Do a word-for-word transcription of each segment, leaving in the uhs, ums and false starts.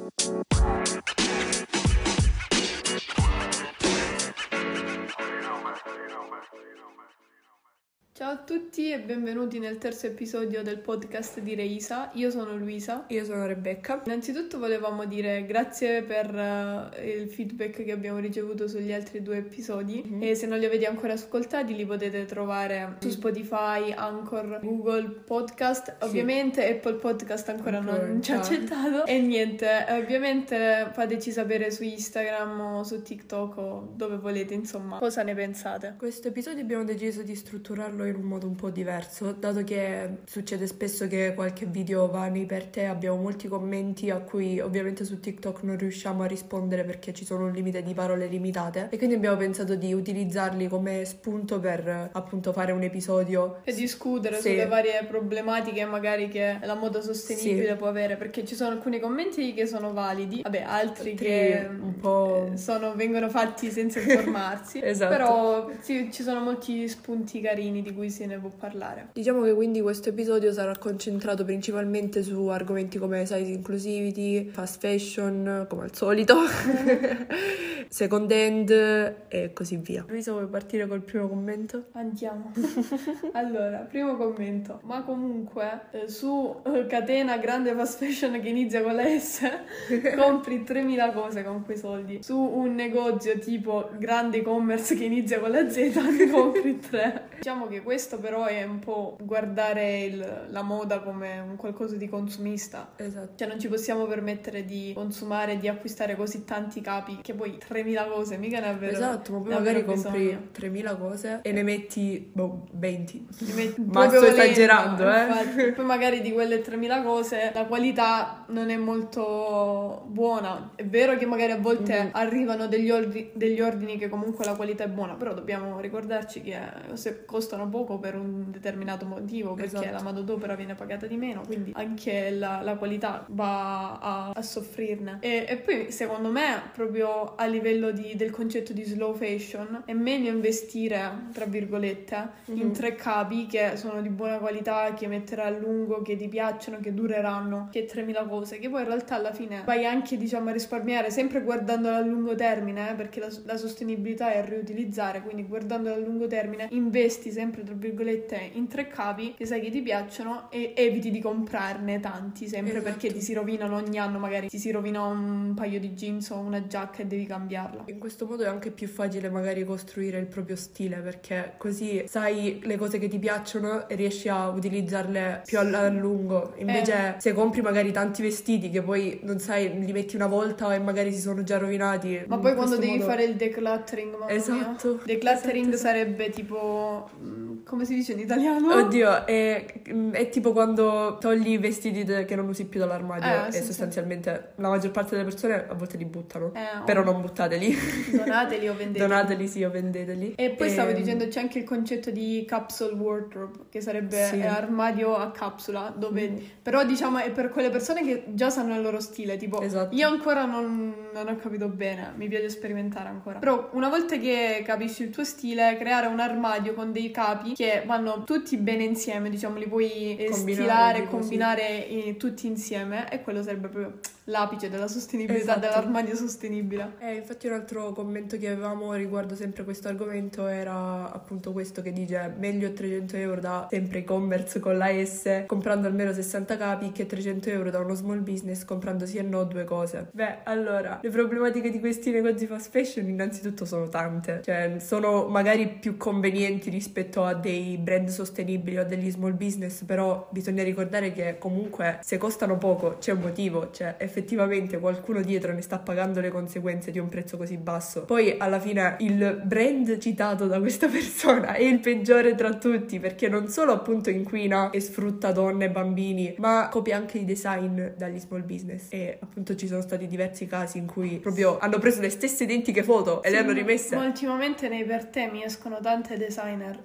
Ciao a tutti e benvenuti nel terzo episodio del podcast di Reisa. Io sono Luisa. Io sono Rebecca. Innanzitutto volevamo dire grazie per uh, il feedback che abbiamo ricevuto sugli altri due episodi mm-hmm. e se non li avete ancora ascoltati li potete trovare mm. su Spotify, Anchor, Google Podcast. Sì. Ovviamente Apple Podcast ancora Apple non ci ha accettato e niente, ovviamente fateci sapere su Instagram o su TikTok o dove volete, insomma, cosa ne pensate. Questo episodio abbiamo deciso di strutturarlo in un modo un po' diverso, dato che succede spesso che qualche video va nei per te, abbiamo molti commenti a cui ovviamente su TikTok non riusciamo a rispondere perché ci sono un limite di parole limitate e quindi abbiamo pensato di utilizzarli come spunto per appunto fare un episodio e discutere sì. sulle varie problematiche magari che la moda sostenibile sì. può avere, perché ci sono alcuni commenti che sono validi, vabbè altri, altri che un po' sono, vengono fatti senza informarsi. Esatto. Però sì, ci sono molti spunti carini di cui se ne può parlare. Diciamo che quindi questo episodio sarà concentrato principalmente su argomenti come size inclusivity, fast fashion, come al solito, second hand e così via. Luisa, vuoi partire col primo commento? Andiamo. Allora, primo commento. Ma comunque eh, su eh, catena grande fast fashion che inizia con la S compri tremila cose con quei soldi. Su un negozio tipo grande e-commerce che inizia con la Z ne compri tre. Diciamo che questo però è un po' guardare il, la moda come un qualcosa di consumista. Esatto. Cioè non ci possiamo permettere di consumare, di acquistare così tanti capi che poi tremila cose mica ne avvero. Esatto, ma poi magari compri tremila cose e ne metti boh, venti. Ne metti ma sto volendo, esagerando, eh. Infatti, poi magari di quelle tremila cose la qualità non è molto buona. È vero che magari a volte mm. arrivano degli, ordini, degli ordini che comunque la qualità è buona, però dobbiamo ricordarci che se costano poco per un determinato motivo, perché esatto. la manodopera viene pagata di meno, quindi anche la, la qualità va a, a soffrirne. E, e poi secondo me proprio a livello di, del concetto di slow fashion è meglio investire tra virgolette mm-hmm. in tre capi che sono di buona qualità, che metterai a lungo, che ti piacciono, che dureranno, che tremila cose, che poi in realtà alla fine vai anche diciamo a risparmiare, sempre guardandolo a lungo termine, eh, perché la, la sostenibilità è riutilizzare, quindi guardandolo a lungo termine investi sempre tra virgolette in tre capi che sai che ti piacciono e eviti di comprarne tanti sempre esatto. perché ti si rovinano ogni anno, magari ti si rovina un paio di jeans o una giacca e devi cambiarla. In questo modo è anche più facile magari costruire il proprio stile, perché così sai le cose che ti piacciono e riesci a utilizzarle più a lungo. Invece eh. se compri magari tanti vestiti che poi non sai, li metti una volta e magari si sono già rovinati, ma poi quando devi modo... fare il decluttering, mamma esatto mia. Decluttering esatto. sarebbe tipo, come si dice in italiano? Oddio, è, è tipo quando togli i vestiti de- che non usi più dall'armadio eh, e sì, sostanzialmente sì. la maggior parte delle persone a volte li buttano, eh, però oh. non buttateli. Donateli o vendeteli. Donateli sì o vendeteli. E poi e... stavo dicendo c'è anche il concetto di capsule wardrobe, che sarebbe sì. armadio a capsula, dove mm. però diciamo è per quelle persone che già sanno il loro stile, tipo esatto. io ancora non, non ho capito bene, mi piace sperimentare ancora, però una volta che capisci il tuo stile, creare un armadio con dei capi che vanno tutti bene insieme, diciamo li puoi combinare, stilare e combinare sì. tutti insieme, e quello sarebbe proprio l'apice della sostenibilità, esatto. dell'armadio sostenibile. Eh, infatti un altro commento che avevamo riguardo sempre questo argomento era appunto questo, che dice meglio trecento euro da sempre e-commerce con la S comprando almeno sessanta capi che trecento euro da uno small business comprando sì e no due cose. Beh, allora, le problematiche di questi negozi fast fashion innanzitutto sono tante, cioè sono magari più convenienti rispetto a dei brand sostenibili o a degli small business, però bisogna ricordare che comunque se costano poco c'è un motivo, cioè effettivamente qualcuno dietro ne sta pagando le conseguenze di un prezzo così basso. Poi alla fine il brand citato da questa persona è il peggiore tra tutti, perché non solo appunto inquina e sfrutta donne e bambini, ma copia anche i design dagli small business, e appunto ci sono stati diversi casi in cui proprio hanno preso le stesse identiche foto e sì, le hanno rimesse. Ma ultimamente nei per te mi escono tante designer esatto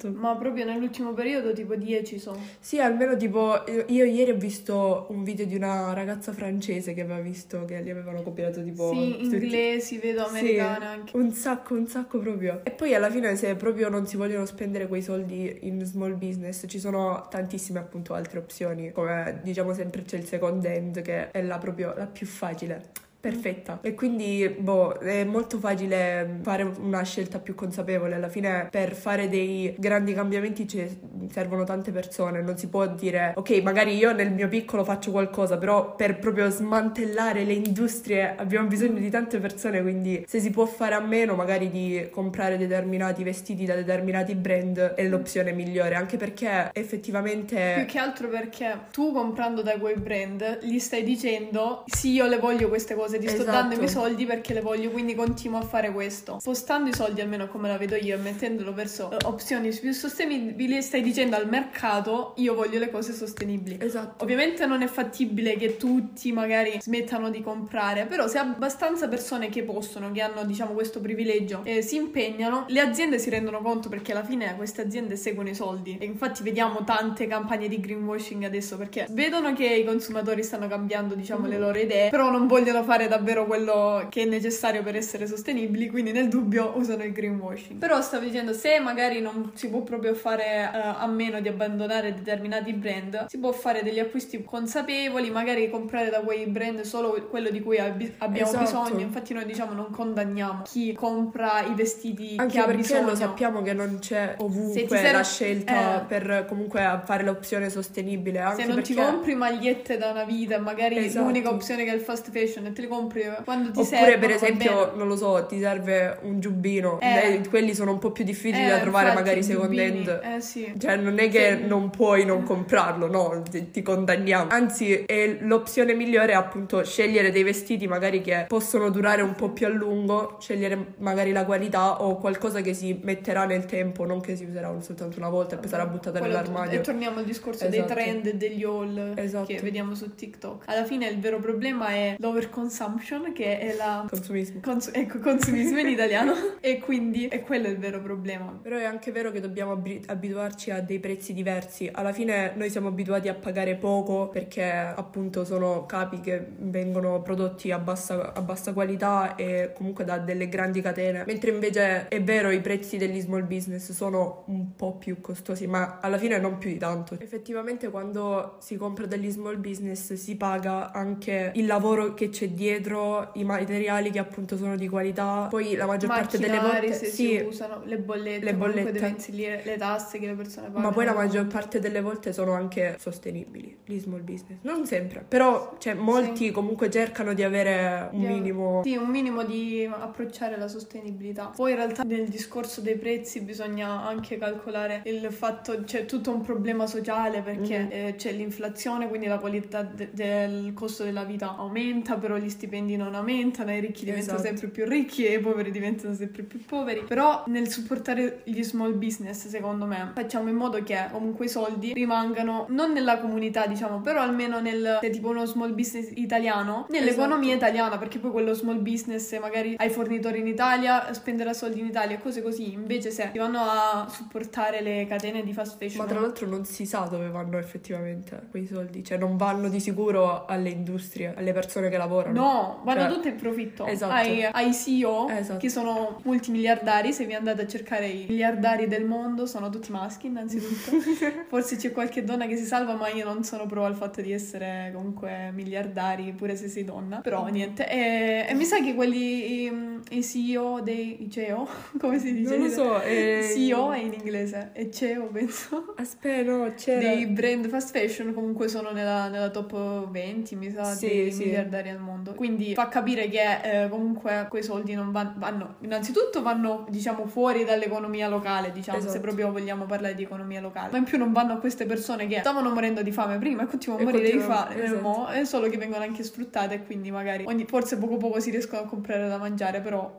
esatto. Ma proprio nell'ultimo periodo tipo dieci sono. Sì, almeno tipo io, io ieri ho visto un video di una ragazza francese che aveva visto che gli avevano copiato tipo sì, inglesi, vedo americane sì, anche. Un sacco, un sacco proprio. E poi alla fine se proprio non si vogliono spendere quei soldi in small business ci sono tantissime appunto altre opzioni, come diciamo sempre c'è il second hand che è la proprio la più facile. Perfetta. E quindi, boh, è molto facile fare una scelta più consapevole. Alla fine, per fare dei grandi cambiamenti ci servono tante persone. Non si può dire, ok, magari io nel mio piccolo faccio qualcosa, però per proprio smantellare le industrie abbiamo bisogno di tante persone. Quindi, se si può fare a meno, magari di comprare determinati vestiti da determinati brand, è l'opzione migliore. Anche perché effettivamente. Più che altro perché tu comprando da quei brand gli stai dicendo, sì, io le voglio queste cose. Ti sto esatto. dando i miei soldi perché le voglio, quindi continuo a fare questo. Spostando i soldi, almeno come la vedo io, e mettendolo verso uh, opzioni più sostenibili, stai dicendo al mercato, io voglio le cose sostenibili. Esatto. Ovviamente non è fattibile che tutti magari smettano di comprare, però se abbastanza persone che possono, che hanno diciamo questo privilegio, eh, si impegnano, le aziende si rendono conto, perché alla fine queste aziende seguono i soldi. E infatti vediamo tante campagne di greenwashing adesso, perché vedono che i consumatori stanno cambiando diciamo mm. le loro idee, però non vogliono fare davvero quello che è necessario per essere sostenibili, quindi nel dubbio usano il greenwashing. Però stavo dicendo, se magari non si può proprio fare uh, a meno di abbandonare determinati brand, si può fare degli acquisti consapevoli, magari comprare da quei brand solo quello di cui ab- abbiamo esatto. bisogno. Infatti noi diciamo non condanniamo chi compra i vestiti anche che ha perché bisogno. Lo sappiamo che non c'è ovunque serve... la scelta eh. per comunque fare l'opzione sostenibile, anche se non perché... ti compri magliette da una vita, magari esatto. l'unica opzione che è il fast fashion e te li compri quando ti oppure servono, per esempio non lo so, ti serve un giubbino, eh, quelli sono un po' più difficili eh, da trovare, infatti, magari second giubbini, hand eh, sì. cioè non è che sì. non puoi non comprarlo, no, ti, ti condanniamo, anzi è l'opzione migliore appunto scegliere dei vestiti magari che possono durare un po' più a lungo, scegliere magari la qualità o qualcosa che si metterà nel tempo, non che si userà soltanto una volta e poi sarà buttata Quello nell'armadio. E torniamo al discorso esatto. dei trend e degli haul esatto. che vediamo su TikTok. Alla fine il vero problema è l'overconsumption, che è la consumismo Cons- ecco consumismo in italiano e quindi è quello il vero problema. Però è anche vero che dobbiamo ab- abituarci a dei prezzi diversi. Alla fine noi siamo abituati a pagare poco perché appunto sono capi che vengono prodotti a bassa, a bassa qualità e comunque da delle grandi catene, mentre invece è vero i prezzi degli small business sono un po' più costosi, ma alla fine non più di tanto. Effettivamente quando si compra degli small business si paga anche il lavoro che c'è dietro, i materiali che appunto sono di qualità, poi la maggior parte delle volte se sì, si usano le bollette, le bollette deve inserire le tasse che le persone pagano, ma poi la maggior parte delle volte sono anche sostenibili gli small business, non sempre, però cioè molti sì. comunque cercano di avere un di minimo sì un minimo di approcciare la sostenibilità. Poi in realtà nel discorso dei prezzi bisogna anche calcolare il fatto, c'è tutto un problema sociale perché mm-hmm. eh, c'è l'inflazione, quindi la qualità de- del costo della vita aumenta, però gli stipendi non aumentano, i ricchi diventano esatto. sempre più ricchi e i poveri diventano sempre più poveri. Però nel supportare gli small business, secondo me, facciamo in modo che comunque i soldi rimangano non nella comunità, diciamo, però almeno nel, se tipo uno small business italiano, nell'economia esatto. italiana, perché poi quello small business magari hai fornitori in Italia, spenderà soldi in Italia e cose così. Invece se ti vanno a supportare le catene di fast fashion, ma tra l'altro non si sa dove vanno effettivamente quei soldi, cioè non vanno di sicuro alle industrie, alle persone che lavorano, no, vanno cioè, tutte in profitto. esatto. ai, ai C E O esatto. che sono multimiliardari. Se vi andate a cercare i miliardari del mondo sono tutti maschi innanzitutto. Forse c'è qualche donna che si salva, ma io non sono pro al fatto di essere comunque miliardari pure se sei donna, però niente. E, e mi sa che quelli i, i C E O dei C E O come si dice? Non lo so, eh... C E O è in inglese e C E O penso. Aspetta, no, c'era dei brand fast fashion comunque sono nella, nella top venti, mi sa, sì, dei sì. miliardari al mondo. Quindi fa capire che eh, comunque quei soldi non vanno, vanno innanzitutto vanno diciamo fuori dall'economia locale, diciamo, esatto. se proprio vogliamo parlare di economia locale, ma in più non vanno a queste persone che stavano morendo di fame prima e continuano a morire di fame, esatto. È solo che vengono anche sfruttate e quindi magari ogni, forse poco poco si riescono a comprare da mangiare, però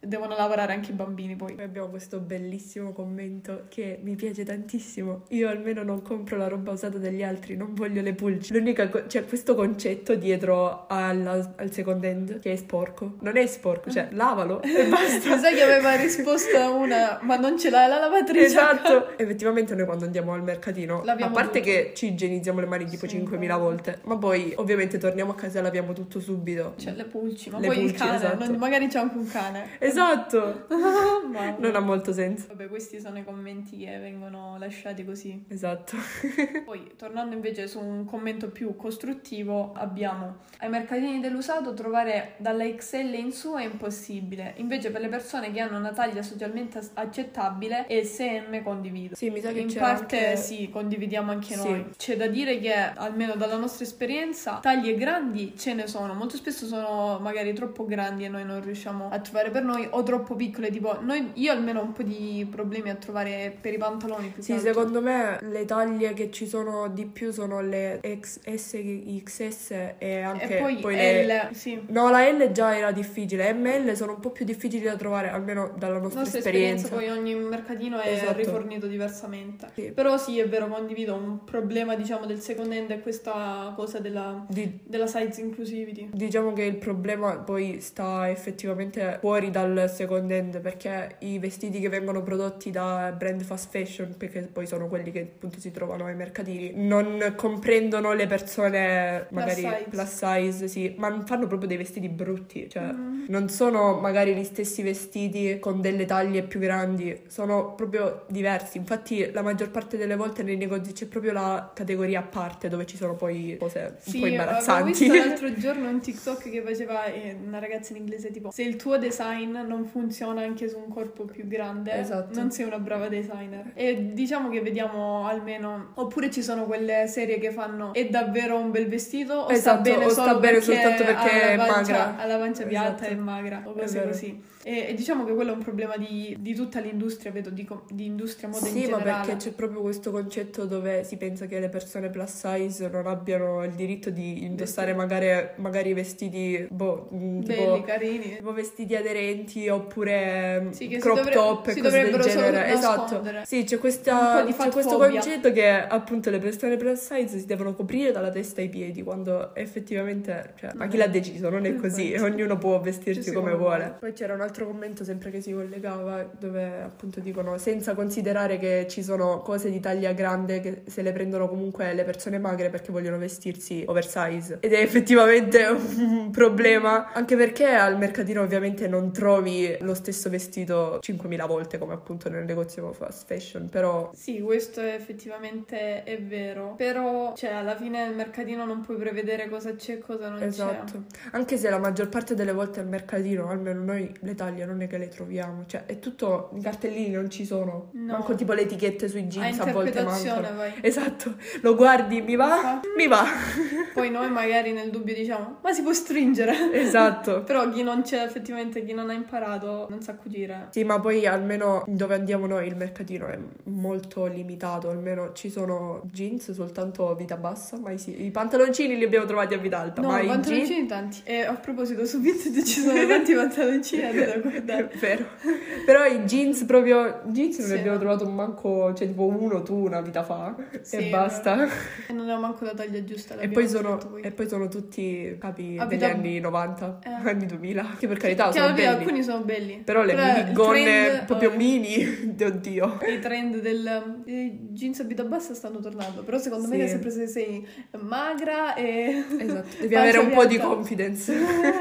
devono lavorare anche i bambini poi. Poi abbiamo questo bellissimo commento che mi piace tantissimo. Io almeno non compro la roba usata degli altri, non voglio le pulci. L'unica co- c'è questo concetto dietro alla- al second hand che è sporco. Non è sporco, cioè lavalo e basta. Sai che aveva risposto a una, ma non ce l'ha la lavatrice? Esatto. Effettivamente noi quando andiamo al mercatino, Laviamo a parte tutto. che ci igienizziamo le mani tipo Sì, cinquemila no. volte, ma poi ovviamente torniamo a casa e laviamo tutto subito. Cioè le pulci, ma Le poi il pulci, cane, esatto. non- magari c'è anche un cane. Esatto. Mamma. Non ha molto senso. Vabbè, questi sono i commenti che vengono lasciati così. Esatto. Poi, tornando invece su un commento più costruttivo, abbiamo: ai mercatini dell'usato trovare dalla X L in su è impossibile, invece per le persone che hanno una taglia socialmente as- accettabile e S M condivido. Sì, mi sa che In c'era parte anche... sì, condividiamo anche Sì. noi. C'è da dire che, almeno dalla nostra esperienza, taglie grandi ce ne sono. Molto spesso sono magari troppo grandi e noi non riusciamo a trovare per noi, o troppo piccole, tipo noi, io almeno ho un po' di problemi a trovare per i pantaloni più Sì, che altro. secondo me le taglie che ci sono di più sono le X S, X S e anche E poi, le... L, sì. No, la L già era difficile, M L sono un po' più difficili da trovare, almeno dalla nostra, nostra esperienza. esperienza, poi ogni mercatino è Esatto. rifornito diversamente. Sì. Però sì, è vero, condivido un problema, diciamo, del second hand è questa cosa della, Di- della size inclusivity. Diciamo che il problema poi sta effettivamente fuori dal second hand, perché i vestiti che vengono prodotti da brand fast fashion, perché poi sono quelli che appunto si trovano ai mercatini, non comprendono le persone magari size. plus size, sì, ma fanno proprio dei vestiti brutti, cioè Mm. non sono magari gli stessi vestiti con delle taglie più grandi, sono proprio diversi. Infatti la maggior parte delle volte nei negozi c'è proprio la categoria a parte dove ci sono poi cose Sì, un po' avevo imbarazzanti. visto l'altro giorno un TikTok che faceva eh, una ragazza in inglese tipo: se il tuo design non funziona anche su un corpo più grande, Esatto. non sei una brava designer. E diciamo che vediamo almeno, oppure ci sono quelle serie che fanno: è davvero un bel vestito o sta Esatto, bene o solo sta bene perché soltanto perché ha è la pancia- magra. ha la pancia piatta Esatto. e magra o È cose vero. così. E, e diciamo che quello è un problema di, di tutta l'industria, vedo, di, co- di industria moda in Sì, ma generale. perché c'è proprio questo concetto dove si pensa che le persone plus size non abbiano il diritto di indossare magari, magari vestiti boh, mh, tipo, belli, carini. tipo vestiti aderenti oppure Sì, che si crop dovre- top e si cose del dovrebbero solo genere. Esatto. nascondere. Sì, c'è, Un questa, po' di c'è questo fatfobia. concetto che appunto le persone plus size si devono coprire dalla testa ai piedi, quando effettivamente, cioè, ma chi l'ha deciso? Non è così, Infatti. ognuno può vestirsi Sì, sì, come come vuole. vuole. Poi c'era un altro commento sempre che si collegava, dove appunto dicono: senza considerare che ci sono cose di taglia grande che se le prendono comunque le persone magre perché vogliono vestirsi oversize, ed è effettivamente un problema, anche perché al mercatino ovviamente non trovi lo stesso vestito cinquemila volte come appunto nel negozio fast fashion, però Sì, questo è effettivamente è vero, però cioè alla fine il mercatino non puoi prevedere cosa c'è e cosa non esatto, anche se la maggior parte delle volte al mercatino, almeno noi, le taglie non è che le troviamo, cioè è tutto, i cartellini non ci sono, No. manco tipo le etichette sui c'è. A jeans a volte interpretazione mancano. vai. Esatto, lo guardi, mi va? Mi va. Poi noi magari nel dubbio diciamo: ma si può stringere? Esatto. Però chi non c'è, effettivamente chi non ha imparato non sa cucire. Sì, ma poi almeno dove andiamo noi il mercatino è molto limitato, almeno ci sono jeans soltanto vita bassa, mai sì. I pantaloncini li abbiamo trovati a vita alta, No, ma i jeans... pantaloncini tanti. E a proposito, su Vinted ci sono tanti pantaloncini da guardare. È vero. Però i jeans proprio, jeans non Sì, ne abbiamo no. trovato manco, cioè tipo uno tu una vita fa Sì, e è basta. E non avevo manco la taglia giusta. E l'abbiamo poi, sono, detto poi. e poi sono tutti capi A degli vita- anni novanta, Eh. anni duemila, che per carità Che sono alla fine belli. alcuni sono belli. Però le il minigonne trend, proprio eh, mini, oddio. I trend del i jeans a vita bassa stanno tornando. Però secondo me Sì. è sempre se sei magra e Esatto, devi pancia avere un po' di piatta. confidence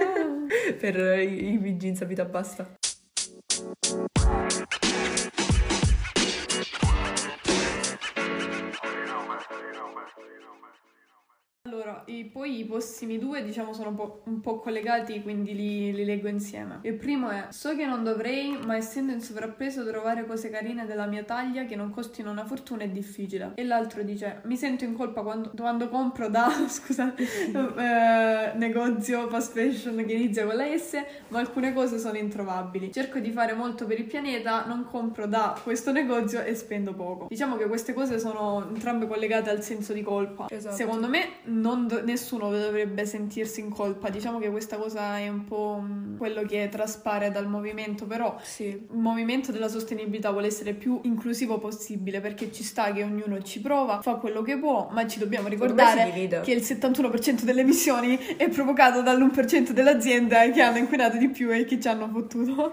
per i, i jeans a vita bassa. Allora, i- poi i prossimi due, diciamo, sono un po', un po' collegati, quindi li, li leggo insieme. Il primo è: so che non dovrei, ma essendo in sovrappeso trovare cose carine della mia taglia che non costino una fortuna è difficile. E l'altro dice: mi sento in colpa quando, quando compro da, scusa, eh, negozio fast fashion che inizia con la S, ma alcune cose sono introvabili. Cerco di fare molto per il pianeta, non compro da questo negozio e spendo poco. Diciamo che queste cose sono entrambe collegate al senso di colpa. Esatto. Secondo me non non do- nessuno dovrebbe sentirsi in colpa. Diciamo che questa cosa è un po' mh, quello che traspare dal movimento, però Sì. il movimento della sostenibilità vuole essere più inclusivo possibile, perché ci sta che ognuno ci prova, fa quello che può, ma ci dobbiamo ricordare che il settantuno per cento delle emissioni è provocato dall'uno per cento delle aziende che hanno inquinato di più e che ci hanno fottuto.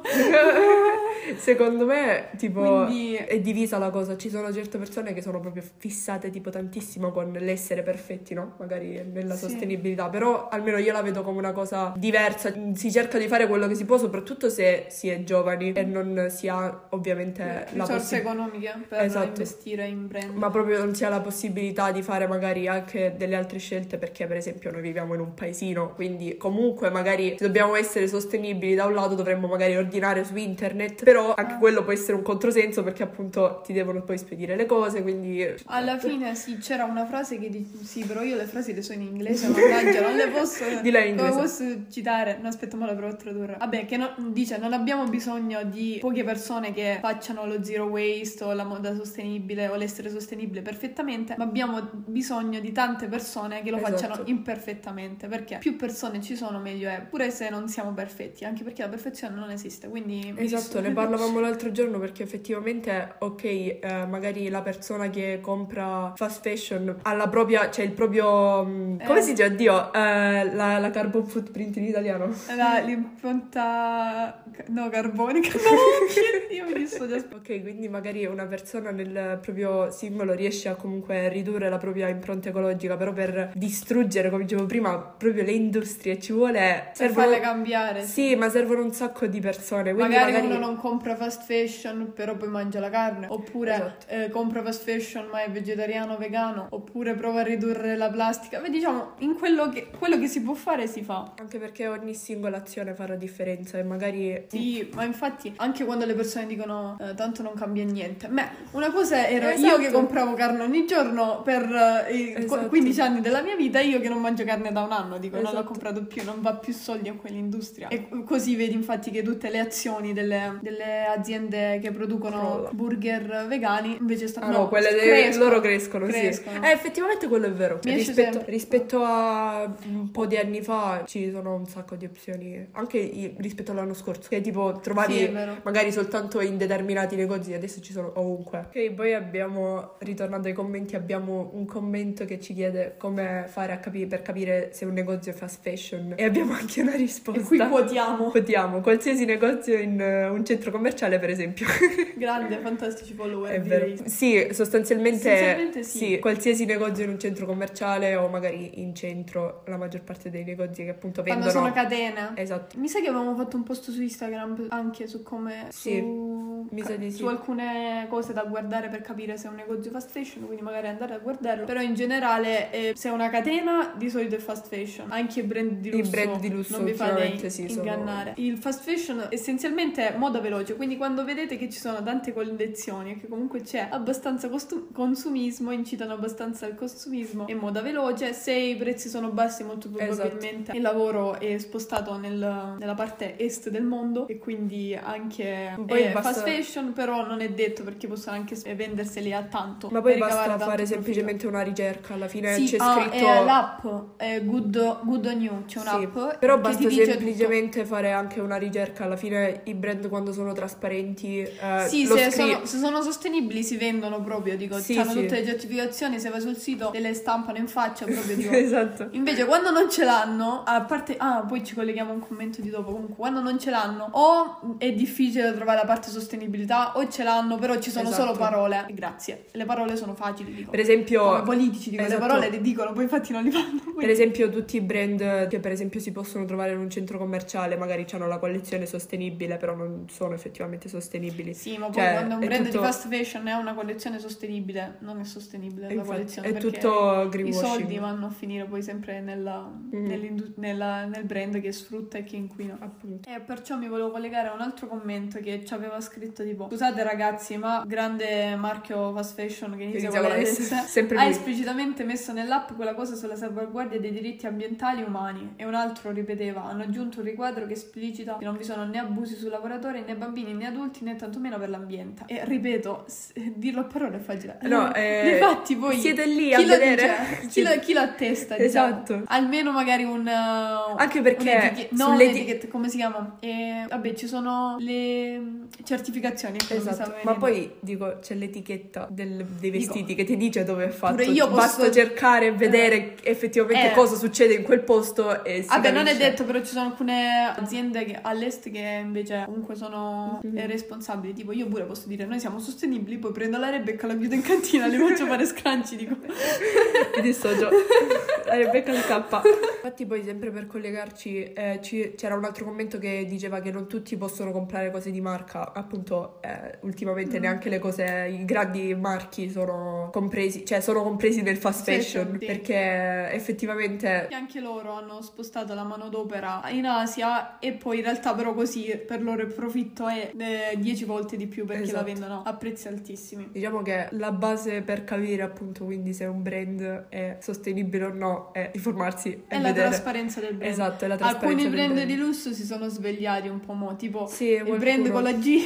Secondo me, tipo, Quindi- è divisa la cosa. Ci sono certe persone che sono proprio fissate, tipo, tantissimo con l'essere perfetti, no? Magari nella Sì. sostenibilità. Però almeno io la vedo come una cosa diversa. Si cerca di fare quello che si può, soprattutto se si è giovani e non si ha, ovviamente, la risorse possibilità. economiche per Esatto. investire in brand. Ma proprio non si ha la possibilità di fare magari anche delle altre scelte, perché per esempio noi viviamo in un paesino, quindi comunque magari se dobbiamo essere sostenibili da un lato dovremmo magari ordinare su internet, però anche Ah. quello può essere un controsenso, perché appunto ti devono poi spedire le cose, quindi Alla fine sì, c'era una frase che dice sì, però io le frasi le so in inglese, mannaggia, non le posso Di lei in come inglese. posso citare? No, aspetta, ma la provo a tradurre. Vabbè, che no- dice non abbiamo bisogno di poche persone che facciano lo zero waste o la moda sostenibile o l'essere sostenibile perfettamente, ma abbiamo bisogno di tante persone che lo Esatto. facciano imperfettamente, perché più persone ci sono meglio è, pure se non siamo perfetti, anche perché la perfezione non esiste, quindi mi esatto, dis- ne parlavamo l'altro giorno, perché effettivamente, ok, eh, magari la persona che compra fast fashion ha la propria, cioè il proprio, mh, come Eh. si dice, oddio, eh, la, la carbon footprint in italiano. La- l'impronta no carbonica no io mi dissocio. Ok, quindi magari una persona nel proprio singolo riesce a comunque ridurre la propria impronta ecologica, però per distruggere, come dicevo prima, proprio le industrie ci vuole... Per servono- farle cambiare. Sì, ma servono un sacco di persone, quindi Magari, magari... uno non compra fast fashion però poi mangia la carne, oppure Esatto. eh, compra fast fashion ma è vegetariano, vegano, oppure prova a ridurre la plastica. Beh, diciamo, in quello che, quello che si può fare si fa. Anche perché ogni singola azione fa la differenza e magari... Sì, ma infatti anche quando le persone dicono eh, tanto non cambia niente. Beh, una cosa era Esatto. io che compravo carne ogni giorno per eh, i qu- Esatto. quindici anni della mia vita, io che non mangio carne da un anno, dico non l'ho Esatto. comprato più, non va più soldi a quell'industria. E così vedi infatti che tutte le azioni delle, delle aziende che producono Crolla. burger vegani invece stanno... Ah no, quelle de- crescono, loro crescono, crescono. sì. Eh, effettivamente quello è vero. Mi esce Rispetto, sempre. rispetto a un po' di anni fa ci sono un sacco di opzioni, anche i- rispetto all'anno scorso, che tipo trovavi Sì, è vero. magari soltanto in determinati negozi, adesso ci sono ovunque. Ok, poi abbiamo, ritornando ai commenti, abbiamo un commento che ci chiede come fare a capire, per capire se un negozio è fast fashion, e abbiamo anche una risposta. E qui quotiamo. Quotiamo qualsiasi negozio in eh, un centro commerciale, per esempio. Grande, fantastici follower. È vero. direi. Sì, sostanzialmente, Essenzialmente sì. qualsiasi negozio in un centro commerciale o magari in centro, la maggior parte dei negozi che appunto Quando vendono. sono catene. Esatto. Mi sa che avevamo fatto un post su Instagram anche su come Sì, su, mi sa di sì. su alcune cose da guardare per capire se è un negozio fast fashion, quindi magari andare a guardarlo. Però in generale eh, se è una catena di solito è fast fashion, anche i brand di I lusso. brand di lusso non vi fate ultimamente sì, sono- ingannare. Il fast fashion essenzialmente è moda veloce, quindi quando vedete che ci sono tante collezioni e che comunque c'è abbastanza costu- consumismo, incitano abbastanza al consumismo e moda veloce, se i prezzi sono bassi molto probabilmente il lavoro è spostato nel- nella parte est del mondo e quindi anche Poi è basta- fast fashion, però non è detto perché possono anche s- venderseli a tanto. Ma poi per ricavare basta tanto fare profitto. semplicemente una ricerca, alla fine Sì, c'è ah, scritto... è l'app è Good, Good on You, c'è Sì, un'app però che basta ti dice semplicemente fare anche una ricerca, alla fine i brand quando sono trasparenti eh, sì, lo se, scri- sono, se sono sostenibili si vendono proprio, dico, Sì, hanno sì. tutte le certificazioni, se vai sul sito te le stampano in faccia proprio, dico. Esatto. Invece quando non ce l'hanno, a parte, ah, poi ci colleghiamo a un commento di dopo, comunque quando non ce l'hanno o è difficile trovare la parte sostenibilità o ce l'hanno però ci sono Esatto. solo parole, grazie, le parole sono facili, dico. Per esempio... Come politici, dico, esatto. le parole le dicono, poi infatti non li fanno. Per esempio tutti i brand che per esempio si possono trovare in un centro commerciale magari hanno la collezione sostenibile, però non sono effettivamente sostenibili. Sì, ma poi Cioè, quando un è brand tutto- di fast fashion è una collezione sostenibile, non è sostenibile la Infatti, collezione è perché tutto i greenwashing. soldi vanno a finire poi sempre nella, Mm. nell'indu- nella- nel brand che sfrutta e che inquina. Appunto. E perciò mi volevo collegare a un altro commento che ci aveva scritto detto tipo scusate ragazzi, ma grande marchio fast fashion che inizia con Inizia la con la S S, sempre ha lui. esplicitamente messo nell'app quella cosa sulla salvaguardia dei diritti ambientali umani, e un altro ripeteva hanno aggiunto un riquadro che esplicita che non vi sono né abusi su lavoratori né bambini né adulti né tantomeno per l'ambiente. E ripeto, s- dirlo a parole è facile. No, eh, nei fatti voi siete lì chi a lo vedere. dice? Chi, lo, chi lo attesta, Esatto. diciamo? Almeno magari un uh, Anche perché un'etichet- no, sulle un'etichetta, come si chiama? E, vabbè, ci sono le mm, certificazioni, ecco, non mi Esatto, stava ma venendo. poi dico c'è l'etichetta del- dei vestiti che ti dice dove è fatto. pure io Basta posso- cercare e vedere effettivamente Eh. cosa succede in quel posto e si Vabbè, non è capisce. detto, però ci sono alcune aziende che, all'est che invece comunque sono Mhm. eh, responsabili. Tipo, io pure posso dire, noi siamo sostenibili, poi prendo la Rebecca, la chiudo in cantina, le faccio fare scranci, dico. Mi dissocio. La Rebecca scappa. Infatti poi sempre per collegarci eh, ci- c'era un altro commento che diceva che non tutti possono comprare cose di marca. Appunto eh, ultimamente Mm. neanche le cose, i grandi marchi sono compresi, cioè sono compresi nel fast fashion, Fashion, sì. perché effettivamente E anche loro hanno spostato la manodopera in Asia, e poi in realtà però così per loro il profitto è dieci volte di più, perché Esatto. la vendono a prezzi altissimi. diciamo che la base per capire appunto quindi se un brand è sostenibile o no è informarsi e È la vedere. trasparenza del brand. Esatto, è la trasparenza Alcuni del brand, brand. di lusso si sono svegliati un po' mo', tipo Sì, il qualcuno- brand con la G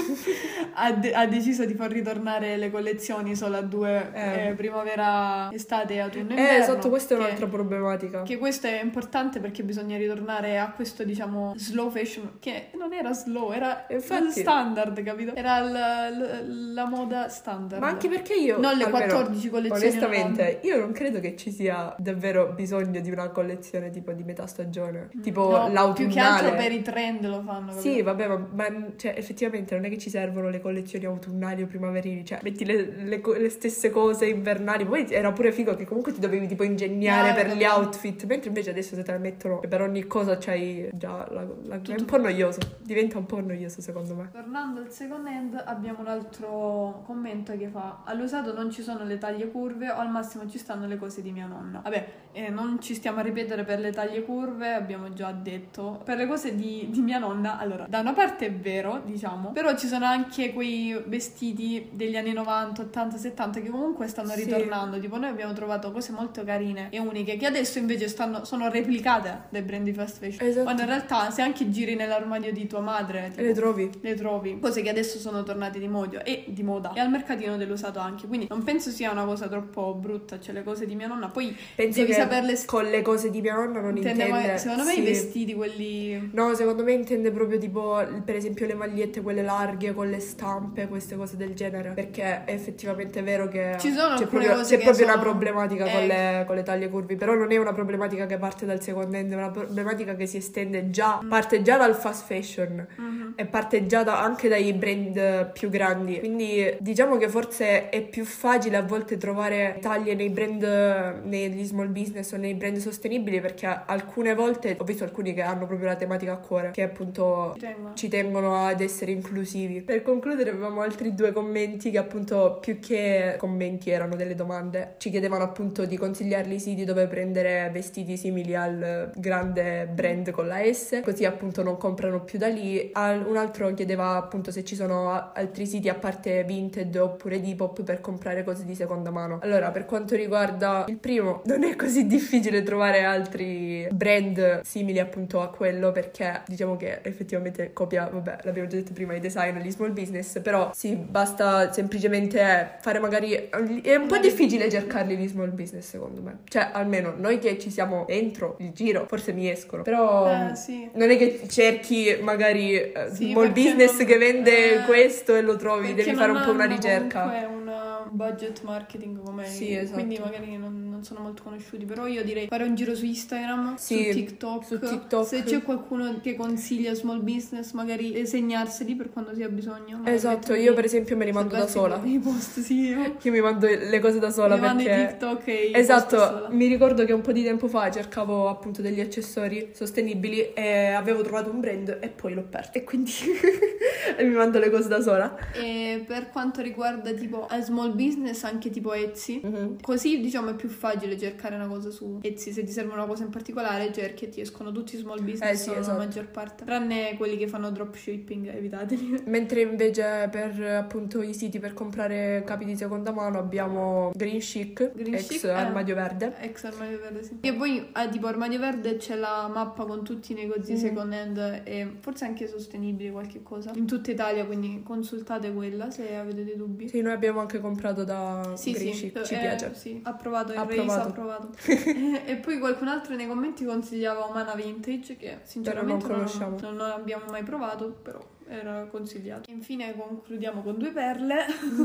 ha, de- ha deciso di far ritornare le collezioni solo a due, Eh. eh, primavera, estate e autunno Eh, inverno. esatto, questa è che- un'altra problematica. Che questo è importante perché bisogna ritornare a questo, diciamo, slow fashion, che non era slow, era Infatti. il standard, capito? Era l- l- la moda standard. Ma anche perché io Non le almeno, quattordici collezioni onestamente, io non credo che ci sia davvero bisogno di una collezione tipo di metà stagione. Tipo No, l'autunnale. più che altro per i trend lo fanno, capito? Sì, vabbè, ma, ma, cioè, effettivamente non è che ci servono le collezioni autunnali o primaverili, cioè metti le, le co- le stesse cose invernali, poi era pure figo che comunque ti dovevi tipo ingegnare No, per vabbè. gli outfit, mentre invece adesso se te le mettono per ogni cosa c'hai già la, la- è Tutto- un po' noioso, diventa un po' noioso secondo me. Tornando al second hand, abbiamo un altro commento che fa: all'usato non ci sono le taglie curve, o al massimo ci stanno le cose di mia nonna. Vabbè, eh, non ci stiamo a ripetere per le taglie curve, abbiamo già detto. Per le cose di, di mia nonna, allora, da una parte è vero, diciamo, però ci sono anche quei vestiti degli anni novanta, ottanta, settanta che comunque stanno Sì. ritornando. Tipo, noi abbiamo trovato cose molto carine e uniche che adesso invece stanno, sono replicate dai brand di fast fashion. Esatto. Quando in realtà, se anche giri nell'armadio di tua madre, tipo, E le trovi? le trovi, cose che adesso sono tornate di moda e di moda e al mercatino dell'usato anche, quindi non penso sia una cosa troppo brutta, cioè le cose di mia nonna, poi Penso devi che saperle con le cose di mia nonna non intende, intende, ma- secondo me sì. i vestiti quelli No, secondo me intende proprio tipo, per esempio, le magliette, quelle larghe con le stampe, queste cose del genere. Perché è effettivamente vero che Ci sono c'è alcune proprio, cose c'è che proprio sono- una problematica con, eh. le, con le taglie curvi. Però non è una problematica che parte dal second hand, è una problematica che si estende già, parte già dal fast fashion. Mhm. E parte già da- anche dai brand più grandi. Quindi diciamo che forse è più facile a volte trovare taglie nei brand, negli small business o nei brand sostenibili, perché alcune volte ho visto alcuni che hanno proprio la tematica a cuore, che appunto Ci tengo. ci tengono ad essere inclusivi. Per concludere avevamo altri due commenti che appunto più che commenti erano delle domande. Ci chiedevano appunto di consigliarli i siti dove prendere vestiti simili al grande brand con la S, così appunto non comprano più da lì. Al- un altro chiedeva appunto se ci sono a- altri siti a parte Vinted oppure Depop per comprare cose di seconda mano. Allora, per quanto riguarda il primo, non è così difficile trovare altri brand simili appunto a quello, perché diciamo che effettivamente copia, vabbè, l'abbiamo già detto prima, i design e gli small business, però sì, basta semplicemente fare magari, è un po' difficile cercarli gli small business secondo me, cioè almeno noi che ci siamo dentro il giro forse mi escono, però Eh, sì. non è che cerchi magari eh, Sì, small perché business non- che vende eh, questo e lo trovi, Perché devi fare non un po' una hanno ricerca. comunque un budget marketing come Sì, esatto. quindi magari non, non sono molto conosciuti, però io direi fare un giro su Instagram, Sì, su TikTok, su TikTok. se c'è qualcuno che consiglia small business magari segnarseli per quando si ha bisogno. Magari Esatto, metterli- io per esempio me li mando da sola. I post, sì, io Io mi mando le cose da sola mi mando i perché TikTok e i esatto, post sola. mi ricordo che un po' di tempo fa cercavo appunto degli accessori sostenibili e avevo trovato un brand e poi l'ho perso e quindi mi mando le cose da sola. E per quanto riguarda tipo a small business, anche tipo Etsy, Mhm. così diciamo è più facile agile cercare una cosa su Etsy. Se ti serve una cosa in particolare cerchi e ti escono tutti i small business, eh sì, la esatto. maggior parte, tranne quelli che fanno dropshipping, evitateli. Mentre invece per appunto i siti per comprare capi di seconda mano abbiamo Green Chic, Green ex Chic, Armadio eh, Verde. Ex Armadio Verde, sì. E poi ah, tipo Armadio Verde c'è la mappa con tutti i negozi mm. second hand e forse anche sostenibili, qualche cosa, in tutta Italia, quindi consultate quella se avete dei dubbi. Sì, noi abbiamo anche comprato da sì, Green sì, Chic, ci eh, piace. Sì, approvato, il approvato. Reis approvato. e, e poi qualcun altro nei commenti consigliava Umana Vintage, che sinceramente non conosciamo. Non, non abbiamo mai provato, però era consigliato. Infine concludiamo con due perle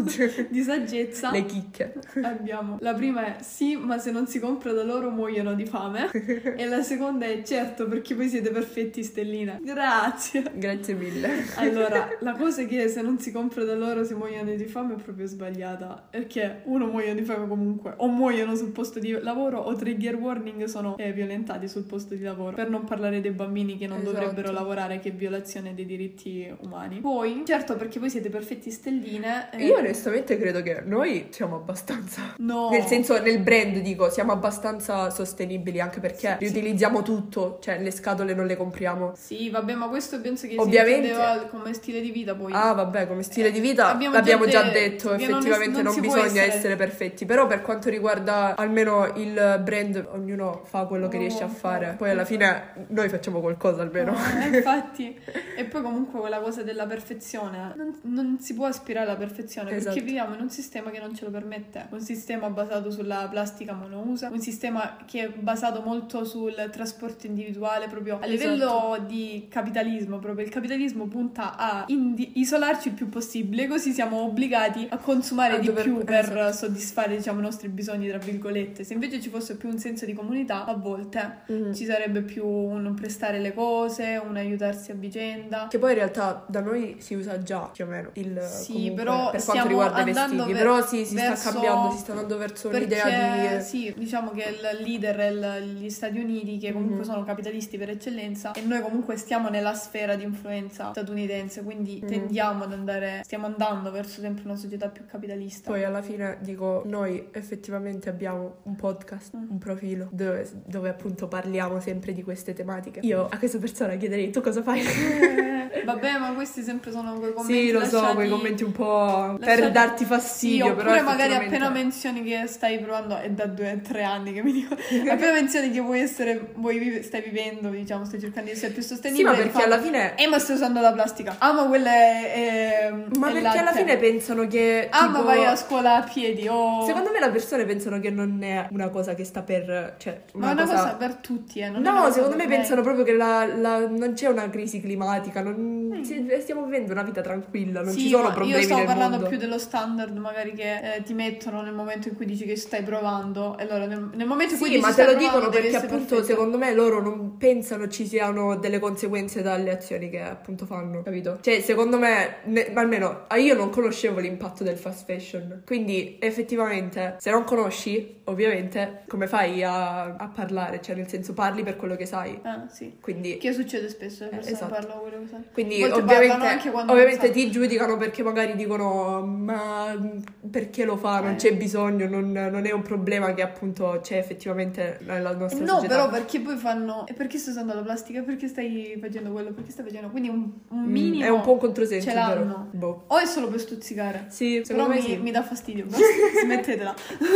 di saggezza. Le chicche. Abbiamo la prima è sì, ma se non si compra da loro muoiono di fame. E la seconda è certo, perché voi siete perfetti, stellina. Grazie. Grazie mille. Allora, la cosa è che se non si compra da loro si muoiono di fame è proprio sbagliata, perché uno muoiono di fame comunque, o muoiono sul posto di lavoro, o trigger warning sono eh, violentati sul posto di lavoro, per non parlare dei bambini che non esatto. dovrebbero lavorare, che è violazione dei diritti umani. Poi, certo, perché voi siete perfetti, stelline. Eh... Io onestamente credo che noi siamo abbastanza, no, nel senso, nel brand dico, siamo abbastanza sostenibili, anche perché sì, riutilizziamo sì. tutto, cioè le scatole non le compriamo. Sì, vabbè, ma questo penso che ovviamente si intendeva come stile di vita poi. Ah, vabbè, come stile di vita abbiamo l'abbiamo già già detto, detto, effettivamente non, non bisogna essere... essere perfetti, però per quanto riguarda almeno il brand, ognuno fa quello che oh, riesce a fare, poi alla fine noi facciamo qualcosa almeno. Oh, infatti. E poi comunque quella cosa della perfezione, non, non si può aspirare alla perfezione, esatto. Perché viviamo in un sistema che non ce lo permette, un sistema basato sulla plastica monousa, un sistema che è basato molto sul trasporto individuale, proprio a livello esatto. di capitalismo, proprio il capitalismo punta a indi- isolarci il più possibile, così siamo obbligati a consumare a di dover... più per esatto. soddisfare, diciamo, i nostri bisogni, tra virgolette. Se invece ci fosse più un senso di comunità, a volte mm-hmm. ci sarebbe più un prestare le cose, un aiutarsi a vicenda, che poi in realtà da noi si usa già più o meno il sì, comunque, però per quanto riguarda i vestiti, ver- però sì, si verso... sta cambiando, si sta andando verso perché, un'idea di sì, diciamo che il leader è il, gli Stati Uniti, che comunque mm-hmm. sono capitalisti per eccellenza, e noi comunque stiamo nella sfera di influenza statunitense, quindi mm-hmm. tendiamo ad andare, stiamo andando verso sempre una società più capitalista. Poi alla fine dico, noi effettivamente abbiamo un podcast, mm. un profilo dove, dove appunto parliamo sempre di queste tematiche. Io a questa persona chiederei, tu cosa fai? Eh, vabbè, ma questi sempre sono quei commenti sì, lo lasciati, so, quei commenti un po' lasciati, per darti fastidio, sì, però oppure magari appena menzioni che stai provando, è da due o tre anni che mi dico, appena menzioni che vuoi essere, vuoi vive, stai vivendo, diciamo, stai cercando di essere più sostenibile. Sì, ma perché alla fine eh, ma stai usando la plastica. Ah, ma quella è, è ma è perché latte. Alla fine pensano che ah, tipo... ma vai a scuola a piedi o... Secondo me le persone pensano che non è una cosa che sta per, cioè, una ma è una cosa... cosa per tutti, eh. Non no, è secondo me lei. pensano proprio che la, la, non c'è una crisi climatica, non, mm. stiamo vivendo una vita tranquilla, non sì, ci sono problemi nel mondo. Io stavo parlando più dello standard magari che eh, ti mettono nel momento in cui dici che stai provando, e allora nel, nel momento in sì, cui dici ma stai te lo provando, dicono perché appunto perfetta. Secondo me loro non pensano ci siano delle conseguenze dalle azioni che appunto fanno, capito? Cioè secondo me, ne, almeno io non conoscevo l'impatto del fast fashion, quindi effettivamente se non conosci, ovviamente come fai a, a parlare? Cioè nel senso parli per quello che sai. Ah sì, quindi che succede spesso, le persone esatto. parlano quello che sanno. Quindi Molte ovviamente, ovviamente ti sanno. giudicano perché magari dicono ma perché lo fa, non eh. c'è bisogno, non, non è un problema che appunto c'è effettivamente nella nostra no, società. però perché poi fanno, e perché stai usando la plastica, perché stai facendo quello, perché stai facendo, quindi un, un minimo mm, è un po' un controsenso, ce l'hanno, boh. o è solo per stuzzicare. Sì, però me mi, sì. mi dà fastidio, basta, smettetela.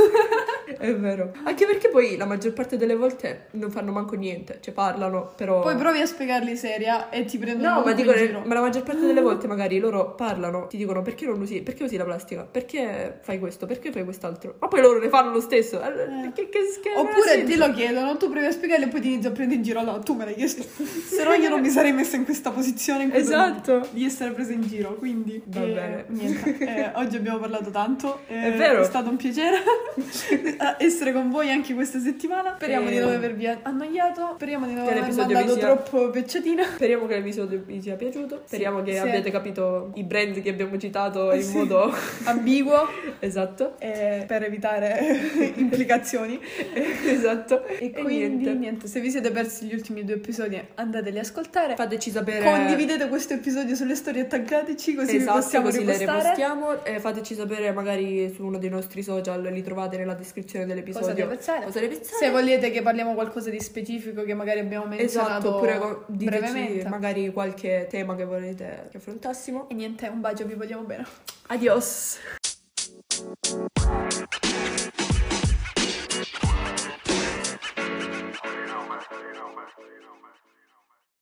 È vero, anche perché poi la maggior parte delle volte non fanno manco niente, cioè parlano, però poi provi a spiegarli seria e ti prendono no, ma dico, in giro. ma la maggior parte delle volte magari loro parlano, ti dicono perché non usi, perché usi la plastica, perché fai questo, perché fai quest'altro, ma poi loro ne fanno lo stesso. Eh. Che, che, che Oppure te lo chiedono, tu provi a spiegarli e poi ti inizi a prendere in giro. Allora tu me l'hai chiesto, se no io non mi sarei messa in questa posizione in esatto, di essere presa in giro. Quindi va eh, bene, niente, eh, oggi abbiamo parlato tanto, eh, è vero, è stato un piacere essere con voi anche questa settimana. Speriamo e... di non avervi annoiato, speriamo di non che aver l'episodio mandato sia... troppo pecciatina. Speriamo che l'episodio vi sia piaciuto. Speriamo che sì. abbiate capito i brand che abbiamo citato in sì. modo ambiguo. Esatto. E per evitare implicazioni. Esatto. E, e quindi niente. niente, se vi siete persi gli ultimi due episodi andateli a ascoltare. Fateci sapere. Condividete questo episodio sulle storie e taggateci così esatto, vi possiamo così ripostare. le ripostiamo. E fateci sapere magari su uno dei nostri social, li trovate nella descrizione dell'episodio. Cosa ne pensate? Cosa ne pensate? Se volete che parliamo qualcosa di specifico che magari abbiamo menzionato, esatto, oppure brevemente, magari qualche tema che volete che affrontassimo. E niente, un bacio, vi vogliamo bene. Adios.